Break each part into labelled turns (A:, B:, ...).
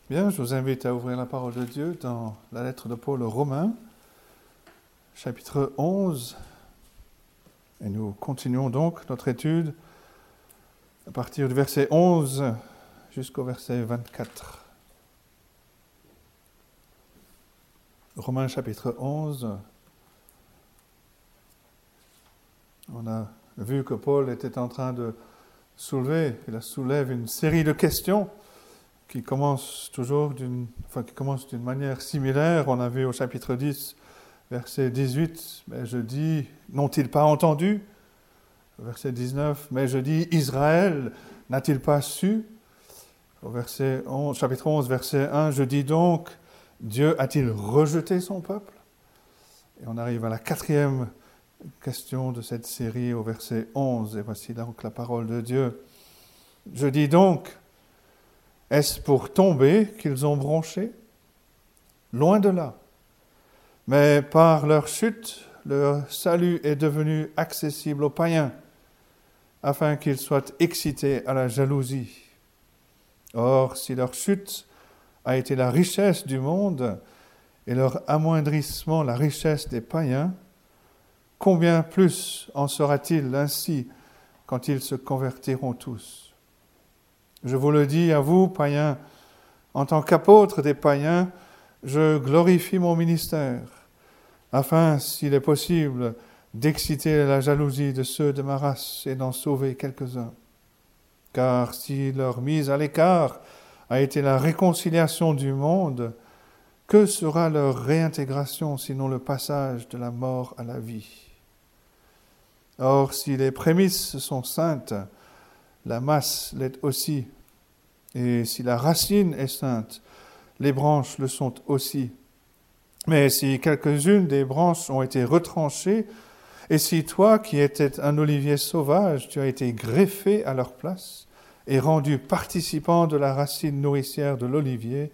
A: Bien, je vous invite à ouvrir la parole de Dieu dans la lettre de Paul aux Romains, chapitre 11. Et nous continuons donc notre étude à partir du verset 11 jusqu'au verset 24. Romains chapitre 11. On a vu que Paul était en train de il soulève une série de questions qui commencent d'une manière similaire. On a vu au chapitre 10, verset 18, « Mais je dis, n'ont-ils pas entendu ?» Verset 19, « Mais je dis, Israël n'a-t-il pas su ?» Au chapitre 11, verset 1, « Je dis donc, Dieu a-t-il rejeté son peuple ?» Et on arrive à la quatrième question de cette série au verset 11, et voici donc la parole de Dieu. « Je dis donc, est-ce pour tomber qu'ils ont bronché ? Loin de là. Mais par leur chute, leur salut est devenu accessible aux païens, afin qu'ils soient excités à la jalousie. Or, si leur chute a été la richesse du monde, et leur amoindrissement la richesse des païens, combien plus en sera-t-il ainsi quand ils se convertiront tous ? Je vous le dis à vous, païens, en tant qu'apôtre des païens, je glorifie mon ministère, afin, s'il est possible, d'exciter la jalousie de ceux de ma race et d'en sauver quelques-uns. Car si leur mise à l'écart a été la réconciliation du monde, que sera leur réintégration sinon le passage de la mort à la vie ? Or, si les prémices sont saintes, la masse l'est aussi. Et si la racine est sainte, les branches le sont aussi. Mais si quelques-unes des branches ont été retranchées, et si toi, qui étais un olivier sauvage, tu as été greffé à leur place et rendu participant de la racine nourricière de l'olivier,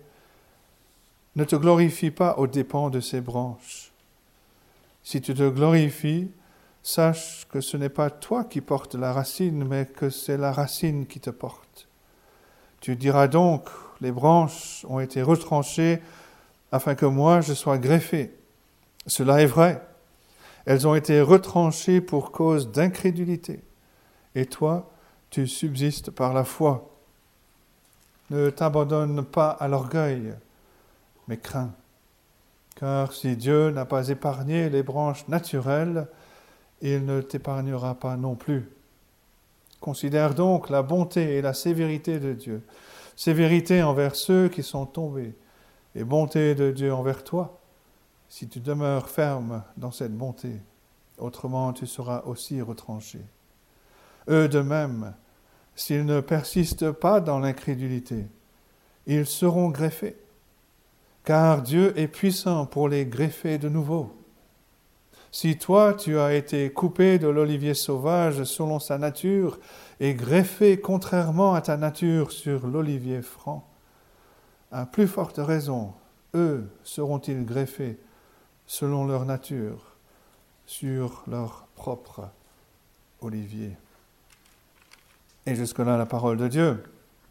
A: ne te glorifie pas aux dépens de ces branches. Si tu te glorifies, sache que ce n'est pas toi qui portes la racine, mais que c'est la racine qui te porte. Tu diras donc, les branches ont été retranchées afin que moi je sois greffé. Cela est vrai. Elles ont été retranchées pour cause d'incrédulité. Et toi, tu subsistes par la foi. Ne t'abandonne pas à l'orgueil, mais crains. Car si Dieu n'a pas épargné les branches naturelles, il ne t'épargnera pas non plus. Considère donc la bonté et la sévérité de Dieu, sévérité envers ceux qui sont tombés, et bonté de Dieu envers toi, si tu demeures ferme dans cette bonté, autrement tu seras aussi retranché. Eux de même, s'ils ne persistent pas dans l'incrédulité, ils seront greffés, car Dieu est puissant pour les greffer de nouveau. Si toi, tu as été coupé de l'olivier sauvage selon sa nature et greffé contrairement à ta nature sur l'olivier franc, à plus forte raison, eux seront-ils greffés selon leur nature sur leur propre olivier. Et jusque-là, la parole de Dieu.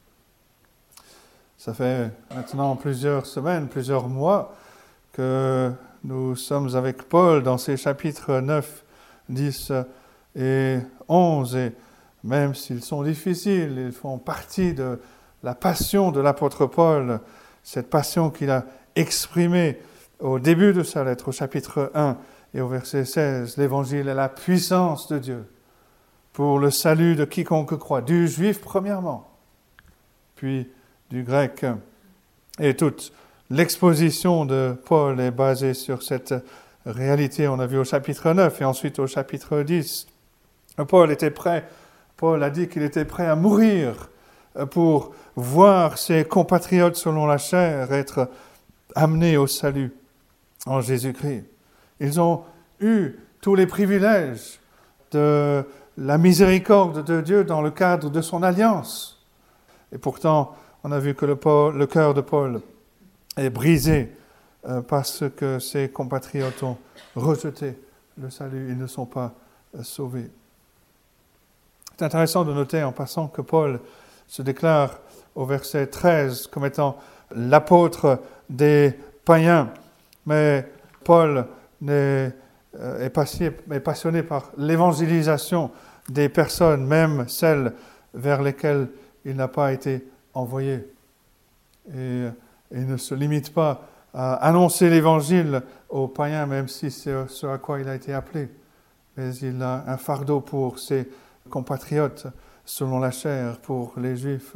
A: Ça fait maintenant plusieurs semaines, plusieurs mois que nous sommes avec Paul dans ces chapitres 9, 10 et 11, et même s'ils sont difficiles, ils font partie de la passion de l'apôtre Paul, cette passion qu'il a exprimée au début de sa lettre, au chapitre 1 et au verset 16. L'Évangile est la puissance de Dieu pour le salut de quiconque croit, du juif premièrement, puis du grec, et toute l'exposition de Paul est basée sur cette réalité. On a vu au chapitre 9 et ensuite au chapitre 10. Paul a dit qu'il était prêt à mourir pour voir ses compatriotes selon la chair être amenés au salut en Jésus-Christ. Ils ont eu tous les privilèges de la miséricorde de Dieu dans le cadre de son alliance. Et pourtant, on a vu que le cœur de Paul est brisé parce que ses compatriotes ont rejeté le salut, ils ne sont pas sauvés. C'est intéressant de noter en passant que Paul se déclare au verset 13 comme étant l'apôtre des païens. Mais Paul est passionné par l'évangélisation des personnes, même celles vers lesquelles il n'a pas été envoyé. Et il ne se limite pas à annoncer l'évangile aux païens, même si c'est ce à quoi il a été appelé. Mais il a un fardeau pour ses compatriotes, selon la chair, pour les Juifs.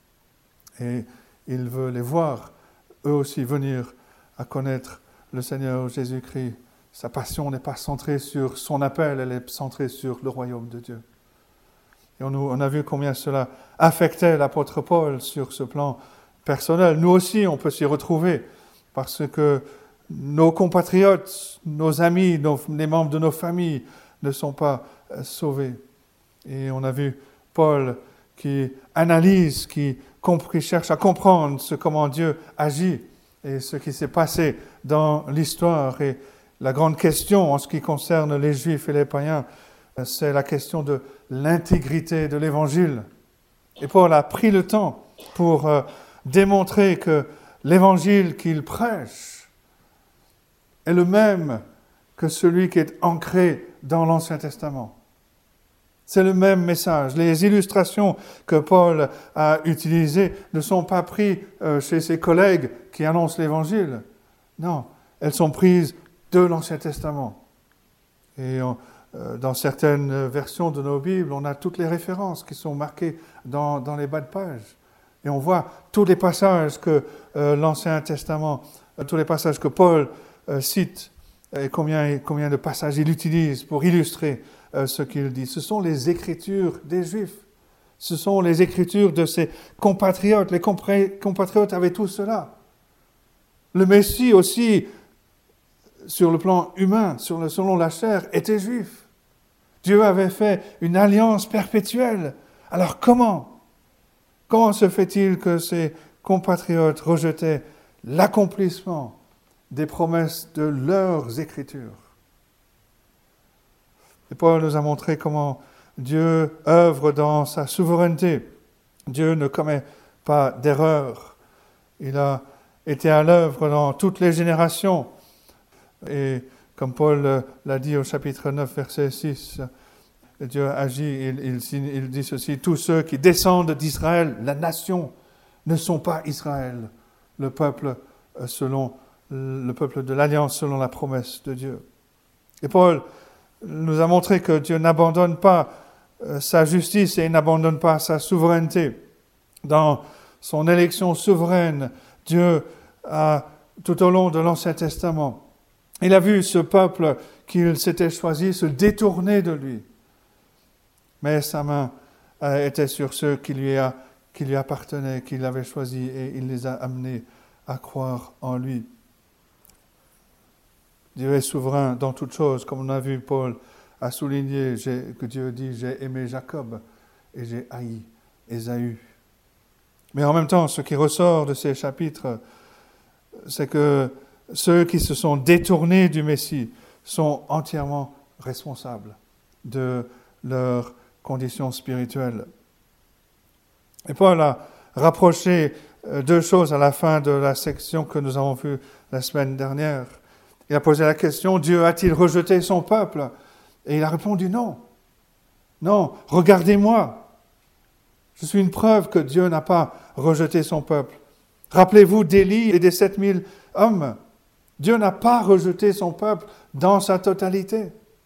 A: Et il veut les voir, eux aussi, venir à connaître le Seigneur Jésus-Christ. Sa passion n'est pas centrée sur son appel, elle est centrée sur le royaume de Dieu. Et on a vu combien cela affectait l'apôtre Paul sur ce plan personnel. Nous aussi, on peut s'y retrouver, parce que nos compatriotes, nos amis, les membres de nos familles ne sont pas sauvés. Et on a vu Paul qui analyse, qui cherche à comprendre comment Dieu agit et ce qui s'est passé dans l'histoire. Et la grande question en ce qui concerne les Juifs et les païens, c'est la question de l'intégrité de l'Évangile. Et Paul a pris le temps pour démontrer que l'Évangile qu'il prêche est le même que celui qui est ancré dans l'Ancien Testament. C'est le même message. Les illustrations que Paul a utilisées ne sont pas prises chez ses collègues qui annoncent l'Évangile. Non, elles sont prises de l'Ancien Testament. Et dans certaines versions de nos Bibles, on a toutes les références qui sont marquées dans les bas de page. Et on voit tous les passages que l'Ancien Testament, tous les passages que Paul cite, et combien de passages il utilise pour illustrer ce qu'il dit. Ce sont les Écritures des Juifs. Ce sont les Écritures de ses compatriotes. Les compatriotes avaient tout cela. Le Messie aussi, sur le plan humain, selon la chair, était juif. Dieu avait fait une alliance perpétuelle. Alors comment se fait-il que ces compatriotes rejetaient l'accomplissement des promesses de leurs Écritures? Et Paul nous a montré comment Dieu œuvre dans sa souveraineté. Dieu ne commet pas d'erreur. Il a été à l'œuvre dans toutes les générations. Et comme Paul l'a dit au chapitre 9, verset 6, Dieu agit, il dit ceci: tous ceux qui descendent d'Israël, la nation, ne sont pas Israël, le peuple de l'Alliance selon la promesse de Dieu. Et Paul nous a montré que Dieu n'abandonne pas sa justice et n'abandonne pas sa souveraineté. Dans son élection souveraine, Dieu a, tout au long de l'Ancien Testament, il a vu ce peuple qu'il s'était choisi se détourner de lui. Mais sa main était sur ceux qui lui appartenaient, qu'il avait choisis, et il les a amenés à croire en lui. Dieu est souverain dans toutes choses, comme on a vu Paul a souligné que Dieu dit « J'ai aimé Jacob et j'ai haï Ésaü ». Mais en même temps, ce qui ressort de ces chapitres, c'est que ceux qui se sont détournés du Messie sont entièrement responsables de leur condition spirituelle. Et Paul a rapproché deux choses à la fin de la section que nous avons vue la semaine dernière. Il a posé la question: Dieu a-t-il rejeté son peuple? Et il a répondu non. Non, regardez-moi. Je suis une preuve que Dieu n'a pas rejeté son peuple. Rappelez-vous d'Élie et des 7000 hommes. Dieu n'a pas rejeté son peuple dans sa totalité.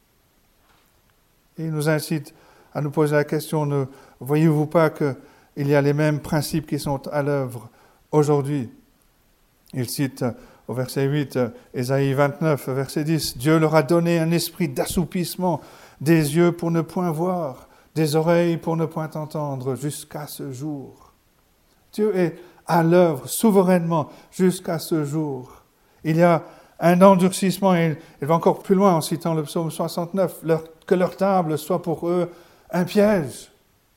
A: Et il nous incite à nous poser la question: ne voyez-vous pas qu'il y a les mêmes principes qui sont à l'œuvre aujourd'hui? Il cite au verset 8, Ésaïe 29, verset 10, « Dieu leur a donné un esprit d'assoupissement, des yeux pour ne point voir, des oreilles pour ne point entendre, jusqu'à ce jour. » Dieu est à l'œuvre souverainement jusqu'à ce jour. Il y a un endurcissement, et il va encore plus loin en citant le psaume 69, que leur table soit pour eux un piège.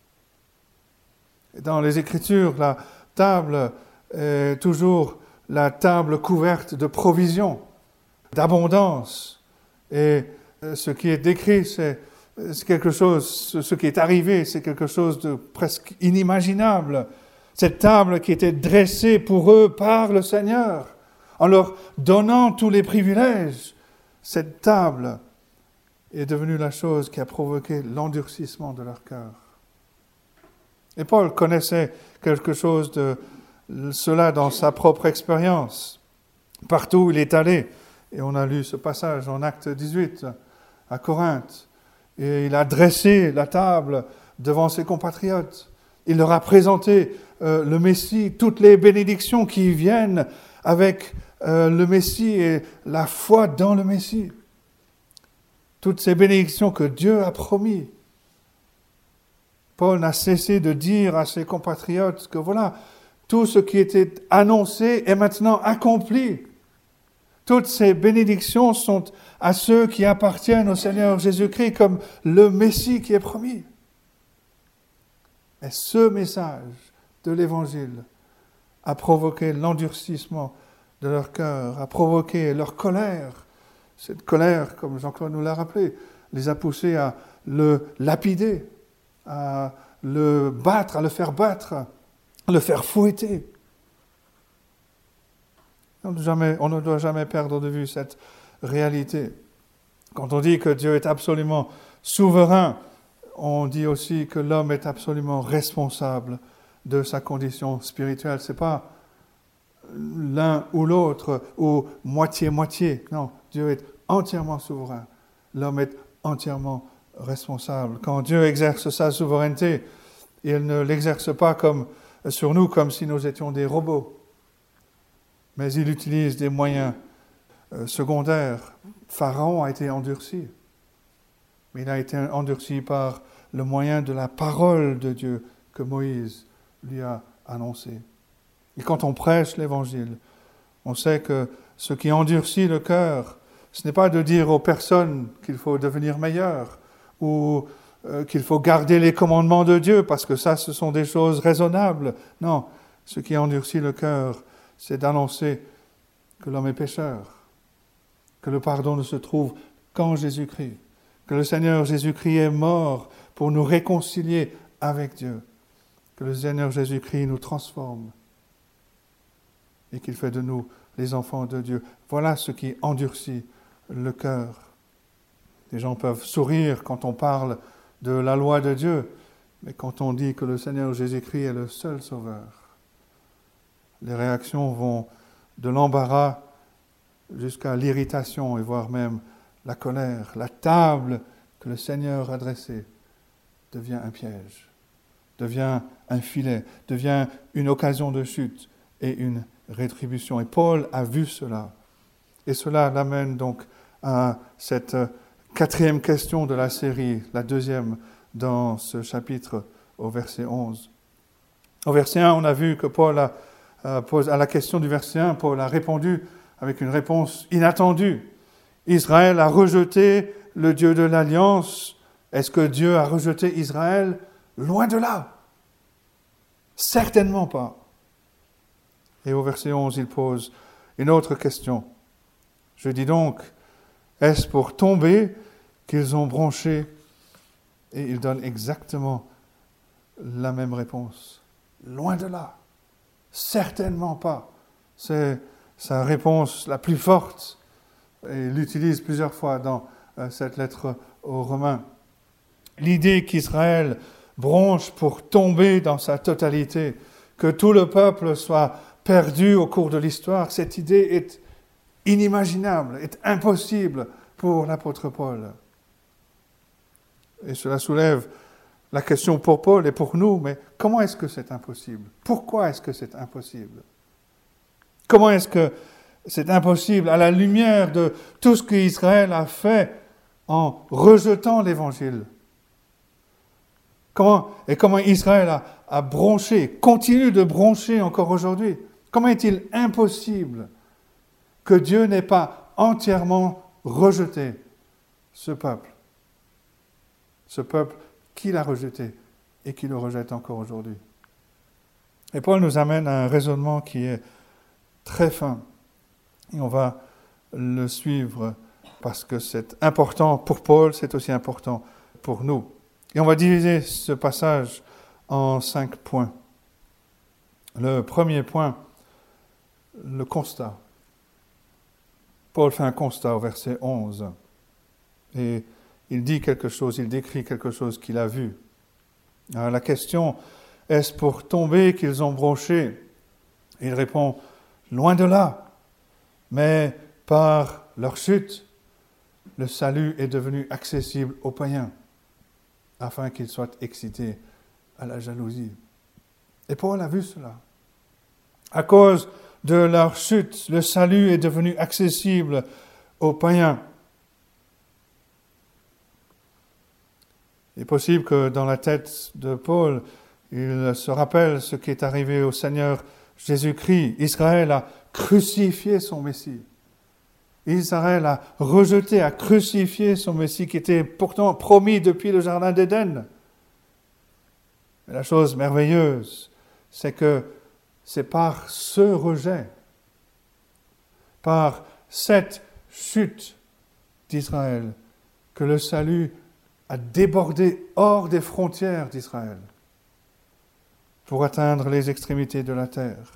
A: Dans les Écritures, la table est toujours la table couverte de provisions, d'abondance. Et ce qui est décrit, c'est quelque chose, ce qui est arrivé, c'est quelque chose de presque inimaginable. Cette table qui était dressée pour eux par le Seigneur, en leur donnant tous les privilèges, cette table est devenue la chose qui a provoqué l'endurcissement de leur cœur. Et Paul connaissait quelque chose de cela dans sa propre expérience. Partout où il est allé, et on a lu ce passage en Actes 18 à Corinthe, et il a dressé la table devant ses compatriotes. Il leur a présenté le Messie, toutes les bénédictions qui viennent avec le Messie et la foi dans le Messie. Toutes ces bénédictions que Dieu a promis. Paul n'a cessé de dire à ses compatriotes que voilà, tout ce qui était annoncé est maintenant accompli. Toutes ces bénédictions sont à ceux qui appartiennent au Seigneur Jésus-Christ comme le Messie qui est promis. Et ce message de l'Évangile a provoqué l'endurcissement de leur cœur, a provoqué leur colère. Cette colère, comme Jean-Claude nous l'a rappelé, les a poussés à le lapider, à le battre, à le faire battre, à le faire fouetter. On ne doit jamais perdre de vue cette réalité. Quand on dit que Dieu est absolument souverain, on dit aussi que l'homme est absolument responsable de sa condition spirituelle. Ce n'est pas l'un ou l'autre, ou moitié-moitié. Non, Dieu est entièrement souverain. L'homme est entièrement responsable. Quand Dieu exerce sa souveraineté, il ne l'exerce pas sur nous comme si nous étions des robots. Mais il utilise des moyens secondaires. Pharaon a été endurci. Mais il a été endurci par le moyen de la parole de Dieu que Moïse lui a annoncé. Et quand on prêche l'Évangile, on sait que ce qui endurcit le cœur, ce n'est pas de dire aux personnes qu'il faut devenir meilleur ou qu'il faut garder les commandements de Dieu, parce que ça, ce sont des choses raisonnables. Non, ce qui endurcit le cœur, c'est d'annoncer que l'homme est pécheur, que le pardon ne se trouve qu'en Jésus-Christ, que le Seigneur Jésus-Christ est mort pour nous réconcilier avec Dieu, que le Seigneur Jésus-Christ nous transforme et qu'il fait de nous les enfants de Dieu. Voilà ce qui endurcit le cœur. Les gens peuvent sourire quand on parle de la loi de Dieu, mais quand on dit que le Seigneur Jésus-Christ est le seul sauveur, les réactions vont de l'embarras jusqu'à l'irritation et voire même la colère. La table que le Seigneur a dressée devient un piège, devient un filet, devient une occasion de chute et une rétribution. Et Paul a vu cela. Et cela l'amène donc à cette quatrième question de la série, la deuxième dans ce chapitre au verset 11. Au verset 1, on a vu que Paul à la question du verset 1, Paul a répondu avec une réponse inattendue. Israël a rejeté le Dieu de l'Alliance. Est-ce que Dieu a rejeté Israël? Loin de là. Certainement pas. Et au verset 11, il pose une autre question. Je dis donc, est-ce pour tomber qu'ils ont bronché? Et il donne exactement la même réponse. Loin de là. Certainement pas. C'est sa réponse la plus forte. Et il l'utilise plusieurs fois dans cette lettre aux Romains. L'idée qu'Israël bronche pour tomber dans sa totalité, que tout le peuple soit perdu au cours de l'histoire, cette idée est inimaginable, est impossible pour l'apôtre Paul. Et cela soulève la question pour Paul et pour nous, mais comment est-ce que c'est impossible? Pourquoi est-ce que c'est impossible? Comment est-ce que c'est impossible à la lumière de tout ce qu'Israël a fait en rejetant l'Évangile? Comment Israël a bronché, continue de broncher encore aujourd'hui? Comment est-il impossible que Dieu n'ait pas entièrement rejeté ce peuple qu'il a rejeté et qui le rejette encore aujourd'hui? Et Paul nous amène à un raisonnement qui est très fin. Et on va le suivre parce que c'est important pour Paul, c'est aussi important pour nous. Et on va diviser ce passage en 5 points. Le premier point, le constat. Paul fait un constat au verset 11. Et il dit quelque chose, il décrit quelque chose qu'il a vu. Alors, la question, est-ce pour tomber qu'ils ont bronché? Il répond, loin de là, mais par leur chute, le salut est devenu accessible aux païens, afin qu'ils soient excités à la jalousie. Et Paul a vu cela. À cause de leur chute, le salut est devenu accessible aux païens. Il est possible que dans la tête de Paul, il se rappelle ce qui est arrivé au Seigneur Jésus-Christ. Israël a crucifié son Messie. Israël a rejeté, a crucifié son Messie qui était pourtant promis depuis le Jardin d'Éden. Et la chose merveilleuse, c'est que c'est par ce rejet, par cette chute d'Israël, que le salut a débordé hors des frontières d'Israël pour atteindre les extrémités de la terre.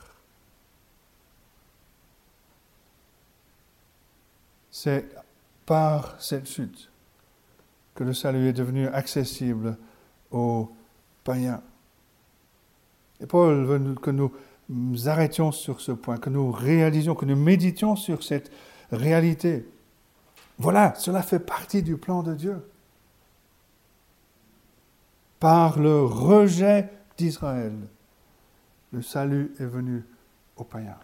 A: C'est par cette chute que le salut est devenu accessible aux païens. Et Paul veut que nous arrêtions sur ce point, que nous réalisions, que nous méditions sur cette réalité. Voilà, cela fait partie du plan de Dieu. Par le rejet d'Israël, le salut est venu aux païens.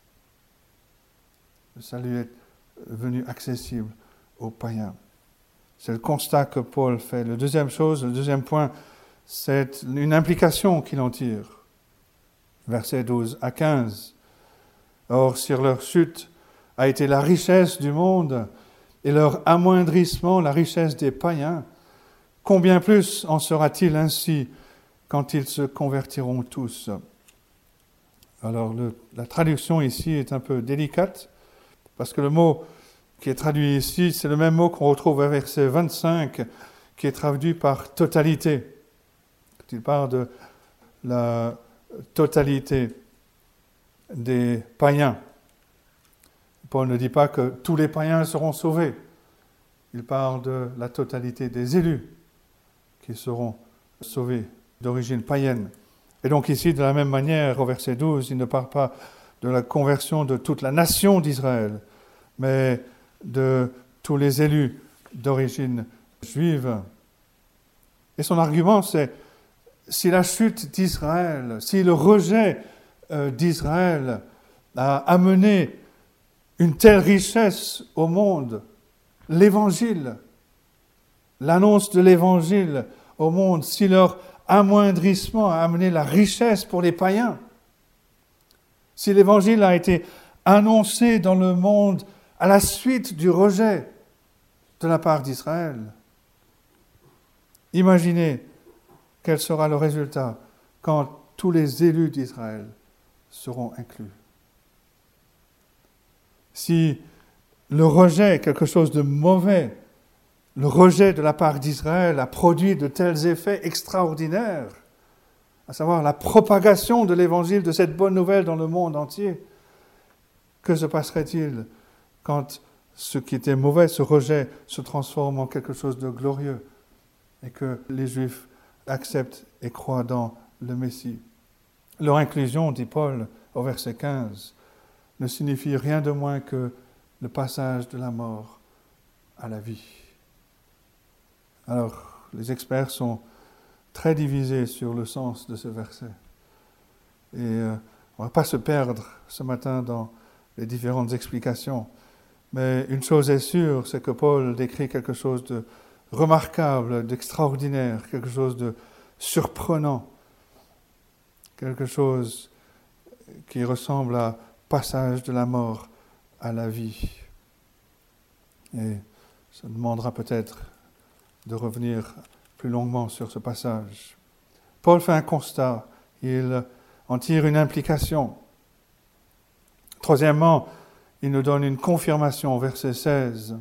A: Le salut est venu accessible aux païens. C'est le constat que Paul fait. Le deuxième point, c'est une implication qu'il en tire. Versets 12 à 15. Or, sur leur chute a été la richesse du monde et leur amoindrissement, la richesse des païens. Combien plus en sera-t-il ainsi quand ils se convertiront tous? Alors, la traduction ici est un peu délicate, parce que le mot qui est traduit ici, c'est le même mot qu'on retrouve à verset 25, qui est traduit par totalité. Quand il parle de la totalité des païens. Paul ne dit pas que tous les païens seront sauvés. Il parle de la totalité des élus qui seront sauvés d'origine païenne. Et donc ici, de la même manière, au verset 12, il ne parle pas de la conversion de toute la nation d'Israël, mais de tous les élus d'origine juive. Et son argument, c'est si la chute d'Israël, si le rejet d'Israël a amené une telle richesse au monde, l'évangile, l'annonce de l'évangile au monde, si leur amoindrissement a amené la richesse pour les païens, si l'évangile a été annoncé dans le monde à la suite du rejet de la part d'Israël, imaginez quel sera le résultat quand tous les élus d'Israël seront inclus. Si le rejet est quelque chose de mauvais, le rejet de la part d'Israël a produit de tels effets extraordinaires, à savoir la propagation de l'évangile, de cette bonne nouvelle dans le monde entier, que se passerait-il quand ce qui était mauvais, ce rejet, se transforme en quelque chose de glorieux et que les Juifs acceptent et croient dans le Messie? Leur inclusion, dit Paul au verset 15, ne signifie rien de moins que le passage de la mort à la vie. Alors, les experts sont très divisés sur le sens de ce verset. Et on ne va pas se perdre ce matin dans les différentes explications. Mais une chose est sûre, c'est que Paul décrit quelque chose de remarquable, d'extraordinaire, quelque chose de surprenant, quelque chose qui ressemble à passage de la mort à la vie. Et ça demandera peut-être de revenir plus longuement sur ce passage. Paul fait un constat, il en tire une implication. Troisièmement, il nous donne une confirmation, verset 16.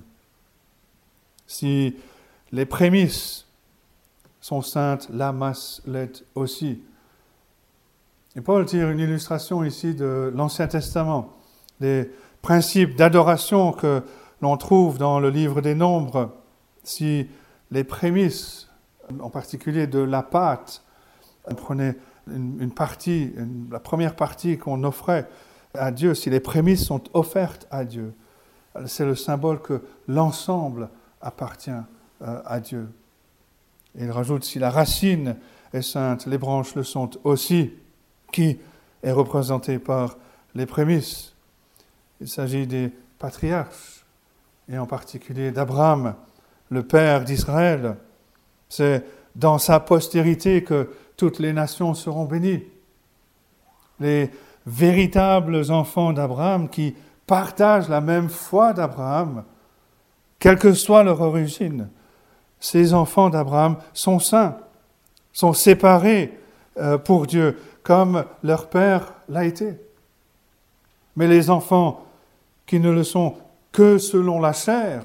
A: Si les prémices sont saintes, la masse l'est aussi. Et Paul tire une illustration ici de l'Ancien Testament, des principes d'adoration que l'on trouve dans le livre des Nombres. Si les prémices, en particulier de la pâte, on prenait une partie, la première partie qu'on offrait à Dieu, si les prémices sont offertes à Dieu, c'est le symbole que l'ensemble appartient à Dieu. Et il rajoute, si la racine est sainte, les branches le sont aussi, qui est représenté par les prémices. Il s'agit des patriarches, et en particulier d'Abraham, le père d'Israël. C'est dans sa postérité que toutes les nations seront bénies. Les véritables enfants d'Abraham qui partagent la même foi d'Abraham, quelle que soit leur origine, ces enfants d'Abraham sont saints, sont séparés pour Dieu, comme leur père l'a été. Mais les enfants qui ne le sont que selon la chair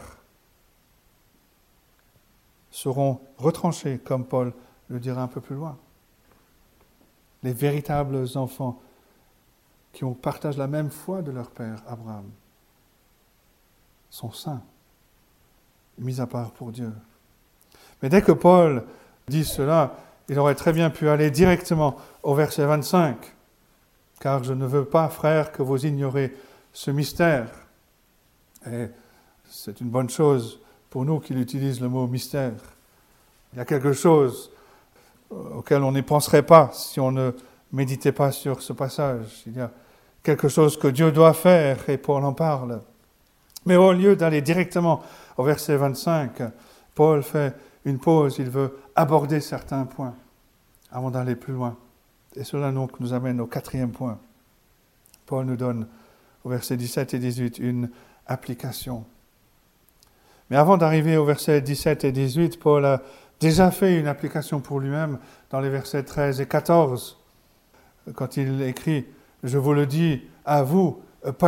A: seront retranchés, comme Paul le dira un peu plus loin. Les véritables enfants qui partagent la même foi de leur père Abraham sont saints, mis à part pour Dieu. Mais dès que Paul dit cela, il aurait très bien pu aller directement au verset 25. « Car je ne veux pas, frères, que vous ignorez ce mystère. » Et c'est une bonne chose pour nous qu'il utilise le mot « mystère ». Il y a quelque chose auquel on n'y penserait pas si on ne méditait pas sur ce passage. Il y a quelque chose que Dieu doit faire et Paul en parle. Mais au lieu d'aller directement au verset 25, Paul fait une pause, il veut aborder certains points avant d'aller plus loin. Et cela donc nous amène au 4e point. Paul nous donne au verset 17 et 18 une application. Mais avant d'arriver au verset 17 et 18, Paul a déjà fait une application pour lui-même dans les versets 13 et 14, quand il écrit « Je vous le dis à vous, païens ».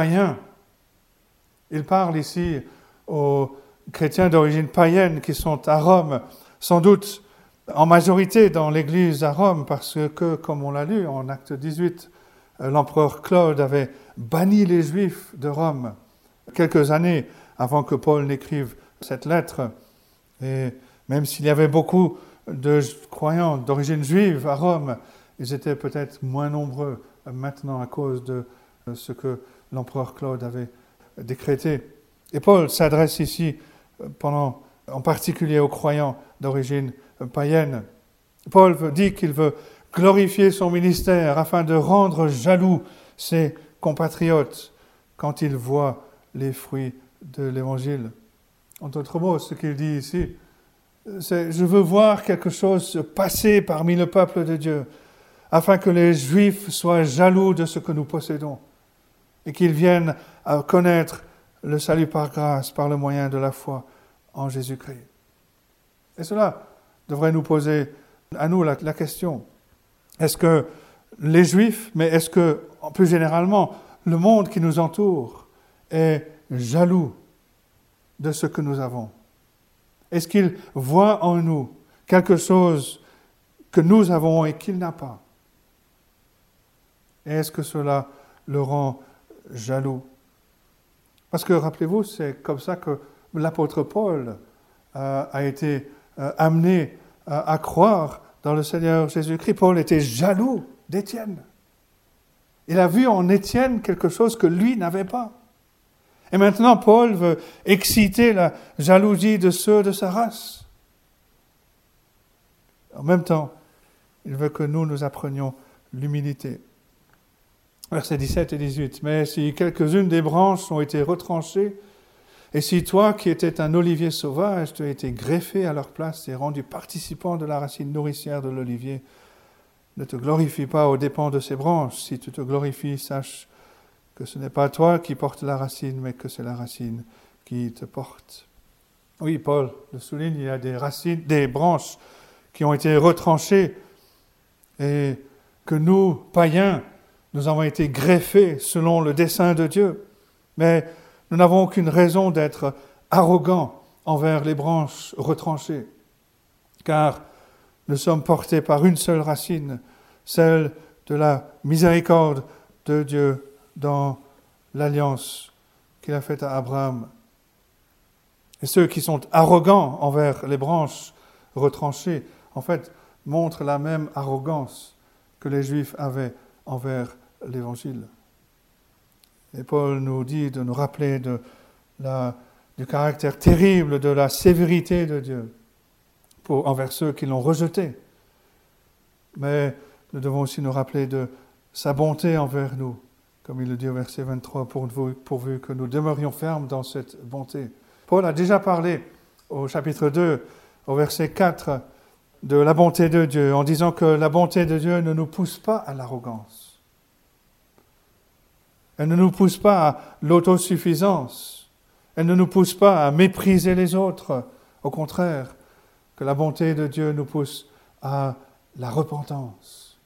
A: Il parle ici aux chrétiens d'origine païenne qui sont à Rome, sans doute en majorité dans l'église à Rome, parce que, comme on l'a lu en Acte 18, l'empereur Claude avait banni les Juifs de Rome quelques années avant que Paul n'écrive cette lettre. Et même s'il y avait beaucoup de croyants d'origine juive à Rome, ils étaient peut-être moins nombreux maintenant à cause de ce que l'empereur Claude avait décrété. Et Paul s'adresse ici en particulier aux croyants d'origine païenne. Paul dit qu'il veut glorifier son ministère afin de rendre jaloux ses compatriotes quand ils voient les fruits de l'Évangile. En d'autres mots, ce qu'il dit ici, c'est « Je veux voir quelque chose se passer parmi le peuple de Dieu, afin que les Juifs soient jaloux de ce que nous possédons, et qu'ils viennent à connaître le salut par grâce, par le moyen de la foi en Jésus-Christ. » Et cela devrait nous poser à nous la question, est-ce que les Juifs, mais est-ce que, plus généralement, le monde qui nous entoure est jaloux de ce que nous avons? Est-ce qu'il voit en nous quelque chose que nous avons et qu'il n'a pas? Et est-ce que cela le rend jaloux? Parce que, rappelez-vous, c'est comme ça que l'apôtre Paul a été amené à croire dans le Seigneur Jésus-Christ. Paul était jaloux d'Étienne. Il a vu en Étienne quelque chose que lui n'avait pas. Et maintenant, Paul veut exciter la jalousie de ceux de sa race. En même temps, il veut que nous apprenions l'humilité. Versets 17 et 18. « Mais si quelques-unes des branches ont été retranchées, et si toi, qui étais un olivier sauvage, tu as été greffé à leur place et rendu participant de la racine nourricière de l'olivier, ne te glorifie pas aux dépens de ces branches. Si tu te glorifies, sache que ce n'est pas toi qui portes la racine, mais que c'est la racine qui te porte. » Oui, Paul le souligne, il y a des branches qui ont été retranchées et que nous, païens, nous avons été greffés selon le dessein de Dieu. Mais nous n'avons aucune raison d'être arrogants envers les branches retranchées, car nous sommes portés par une seule racine, celle de la miséricorde de Dieu dans l'alliance qu'il a faite à Abraham. Et ceux qui sont arrogants envers les branches retranchées, en fait, montrent la même arrogance que les Juifs avaient envers l'Évangile. Et Paul nous dit de nous rappeler du caractère terrible de la sévérité de Dieu envers ceux qui l'ont rejeté. Mais nous devons aussi nous rappeler de sa bonté envers nous, comme il le dit au verset 23, pourvu que nous demeurions fermes dans cette bonté. Paul a déjà parlé au chapitre 2, au verset 4, de la bonté de Dieu, en disant que la bonté de Dieu ne nous pousse pas à l'arrogance. Elle ne nous pousse pas à l'autosuffisance. Elle ne nous pousse pas à mépriser les autres. Au contraire, que la bonté de Dieu nous pousse à la repentance,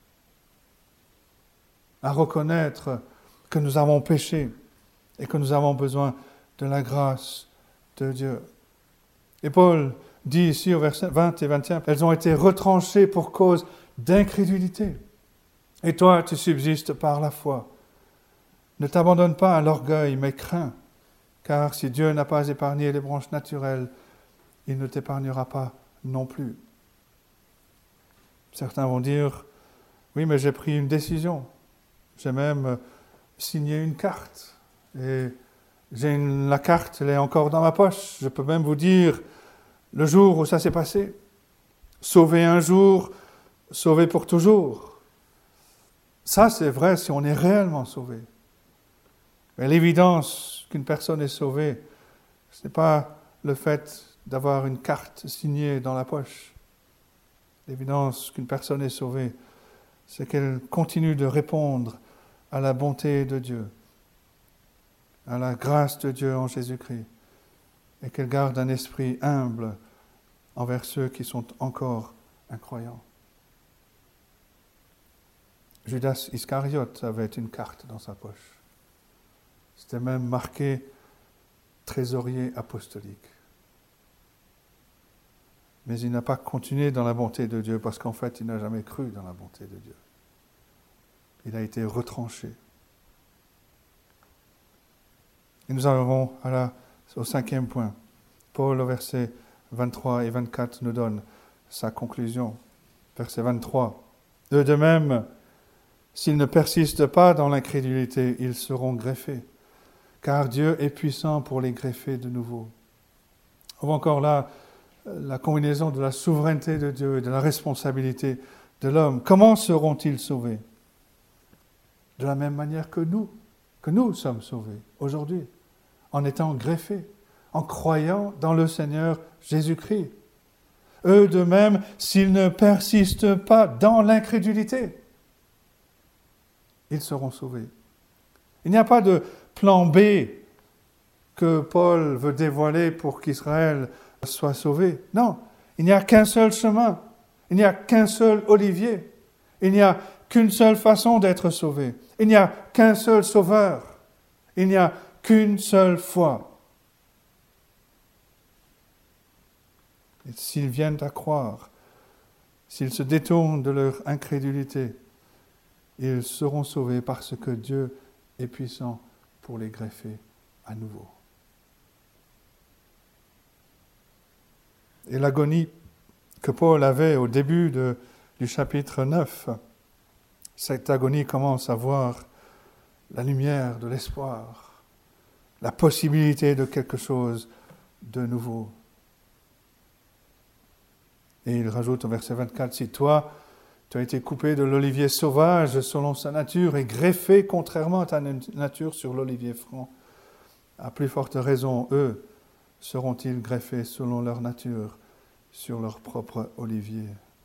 A: à reconnaître que nous avons péché et que nous avons besoin de la grâce de Dieu. Et Paul dit ici au verset 20 et 21, elles ont été retranchées pour cause d'incrédulité. Et toi, tu subsistes par la foi. Ne t'abandonne pas à l'orgueil, mais crains, car si Dieu n'a pas épargné les branches naturelles, il ne t'épargnera pas non plus. Certains vont dire, oui, mais j'ai pris une décision. J'ai même signé une carte. Et la carte, elle est encore dans ma poche. Je peux même vous dire le jour où ça s'est passé. Sauvé un jour, sauvé pour toujours. Ça, c'est vrai si on est réellement sauvé. Mais l'évidence qu'une personne est sauvée, ce n'est pas le fait d'avoir une carte signée dans la poche. L'évidence qu'une personne est sauvée, c'est qu'elle continue de répondre à la bonté de Dieu, à la grâce de Dieu en Jésus-Christ, et qu'elle garde un esprit humble envers ceux qui sont encore incroyants. Judas Iscariote avait une carte dans sa poche. C'était même marqué « trésorier apostolique ». Mais il n'a pas continué dans la bonté de Dieu parce qu'en fait, il n'a jamais cru dans la bonté de Dieu. Il a été retranché. Et nous arrivons au 5e point. Paul, au verset 23 et 24, nous donne sa conclusion. Verset 23. Eux de même, s'ils ne persistent pas dans l'incrédulité, ils seront greffés, car Dieu est puissant pour les greffer de nouveau. On voit encore là la combinaison de la souveraineté de Dieu et de la responsabilité de l'homme. Comment seront-ils sauvés? De la même manière que nous sommes sauvés aujourd'hui, en étant greffés, en croyant dans le Seigneur Jésus-Christ. Eux de même, s'ils ne persistent pas dans l'incrédulité, ils seront sauvés. Il n'y a pas de plan B que Paul veut dévoiler pour qu'Israël soit sauvé. Non, il n'y a qu'un seul chemin, il n'y a qu'un seul olivier, il n'y a qu'une seule façon d'être sauvé, il n'y a qu'un seul sauveur, il n'y a qu'une seule foi. Et s'ils viennent à croire, s'ils se détournent de leur incrédulité, ils seront sauvés parce que Dieu est puissant pour les greffer à nouveau. Et l'agonie que Paul avait au début du chapitre 9, cette agonie commence à voir la lumière de l'espoir, la possibilité de quelque chose de nouveau. Et il rajoute au verset 24, « Si toi, tu as été coupé de l'olivier sauvage selon sa nature et greffé contrairement à ta nature sur l'olivier franc, à plus forte raison, eux, seront-ils greffés selon leur nature sur leur propre olivier. »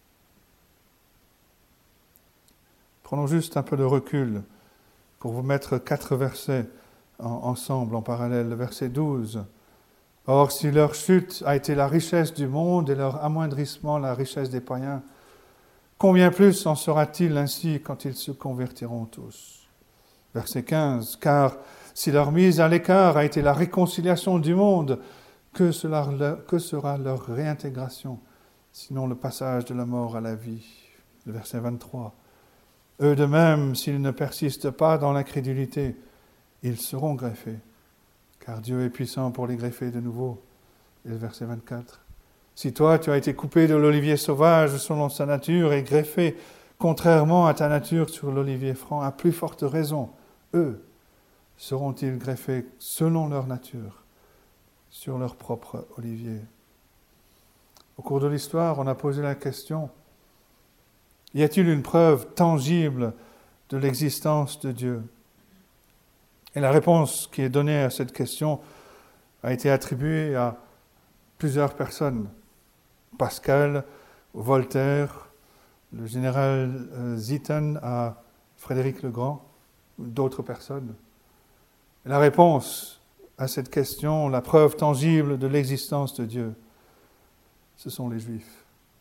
A: Prenons juste un peu de recul pour vous mettre 4 versets ensemble, en parallèle. Le verset 12. « Or, si leur chute a été la richesse du monde et leur amoindrissement la richesse des païens, combien plus en sera-t-il ainsi quand ils se convertiront tous ?» Verset 15. « Car si leur mise à l'écart a été la réconciliation du monde, que sera leur réintégration, sinon le passage de la mort à la vie ?» Le verset 23. Eux de même, s'ils ne persistent pas dans l'incrédulité, ils seront greffés, car Dieu est puissant pour les greffer de nouveau. Et le verset 24. Si toi, tu as été coupé de l'olivier sauvage selon sa nature et greffé contrairement à ta nature sur l'olivier franc, à plus forte raison, eux seront-ils greffés selon leur nature sur leur propre olivier. Au cours de l'histoire, on a posé la question, y a-t-il une preuve tangible de l'existence de Dieu? Et la réponse qui est donnée à cette question a été attribuée à plusieurs personnes. Pascal, Voltaire, le général Zieten à Frédéric le Grand, d'autres personnes. Et la réponse à cette question, la preuve tangible de l'existence de Dieu, ce sont les Juifs.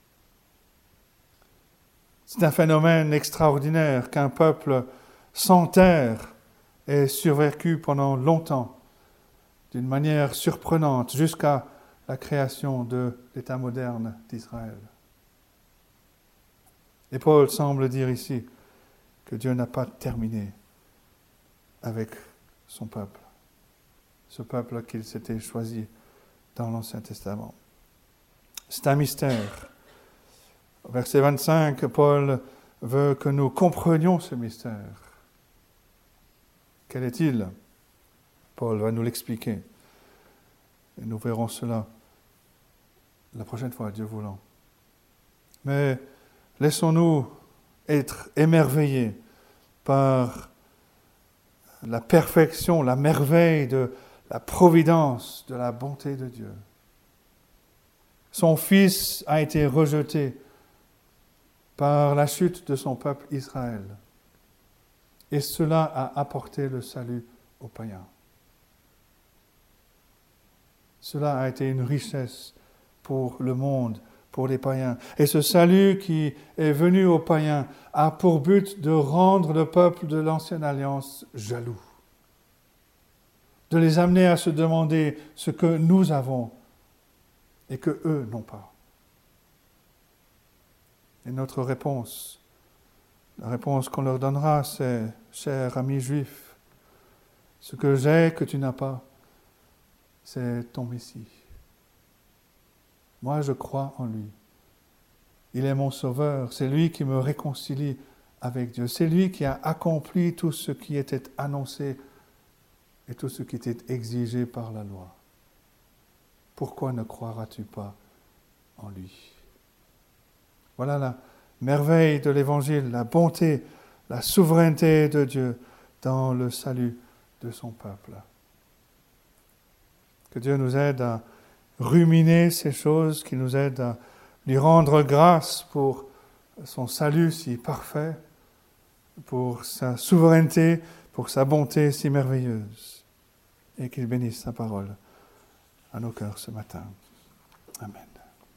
A: C'est un phénomène extraordinaire qu'un peuple sans terre ait survécu pendant longtemps, d'une manière surprenante, jusqu'à la création de l'État moderne d'Israël. Et Paul semble dire ici que Dieu n'a pas terminé avec son peuple, ce peuple qu'il s'était choisi dans l'Ancien Testament. C'est un mystère. Verset 25, Paul veut que nous comprenions ce mystère. Quel est-il? Paul va nous l'expliquer. Et nous verrons cela la prochaine fois, Dieu voulant. Mais laissons-nous être émerveillés par la perfection, la merveille de la providence, de la bonté de Dieu. Son Fils a été rejeté par la chute de son peuple Israël. Et cela a apporté le salut aux païens. Cela a été une richesse pour le monde, pour les païens. Et ce salut qui est venu aux païens a pour but de rendre le peuple de l'Ancienne Alliance jaloux, de les amener à se demander ce que nous avons et que eux n'ont pas. Et notre réponse, la réponse qu'on leur donnera, c'est « Cher ami juif, ce que j'ai que tu n'as pas, c'est ton Messie. Moi, je crois en lui. Il est mon sauveur, c'est lui qui me réconcilie avec Dieu. C'est lui qui a accompli tout ce qui était annoncé et tout ce qui était exigé par la loi. Pourquoi ne croiras-tu pas en lui ?» Voilà la merveille de l'Évangile, la bonté, la souveraineté de Dieu dans le salut de son peuple. Que Dieu nous aide à ruminer ces choses, qu'il nous aide à lui rendre grâce pour son salut si parfait, pour sa souveraineté, pour sa bonté si merveilleuse, et qu'il bénisse sa parole à nos cœurs ce matin. Amen.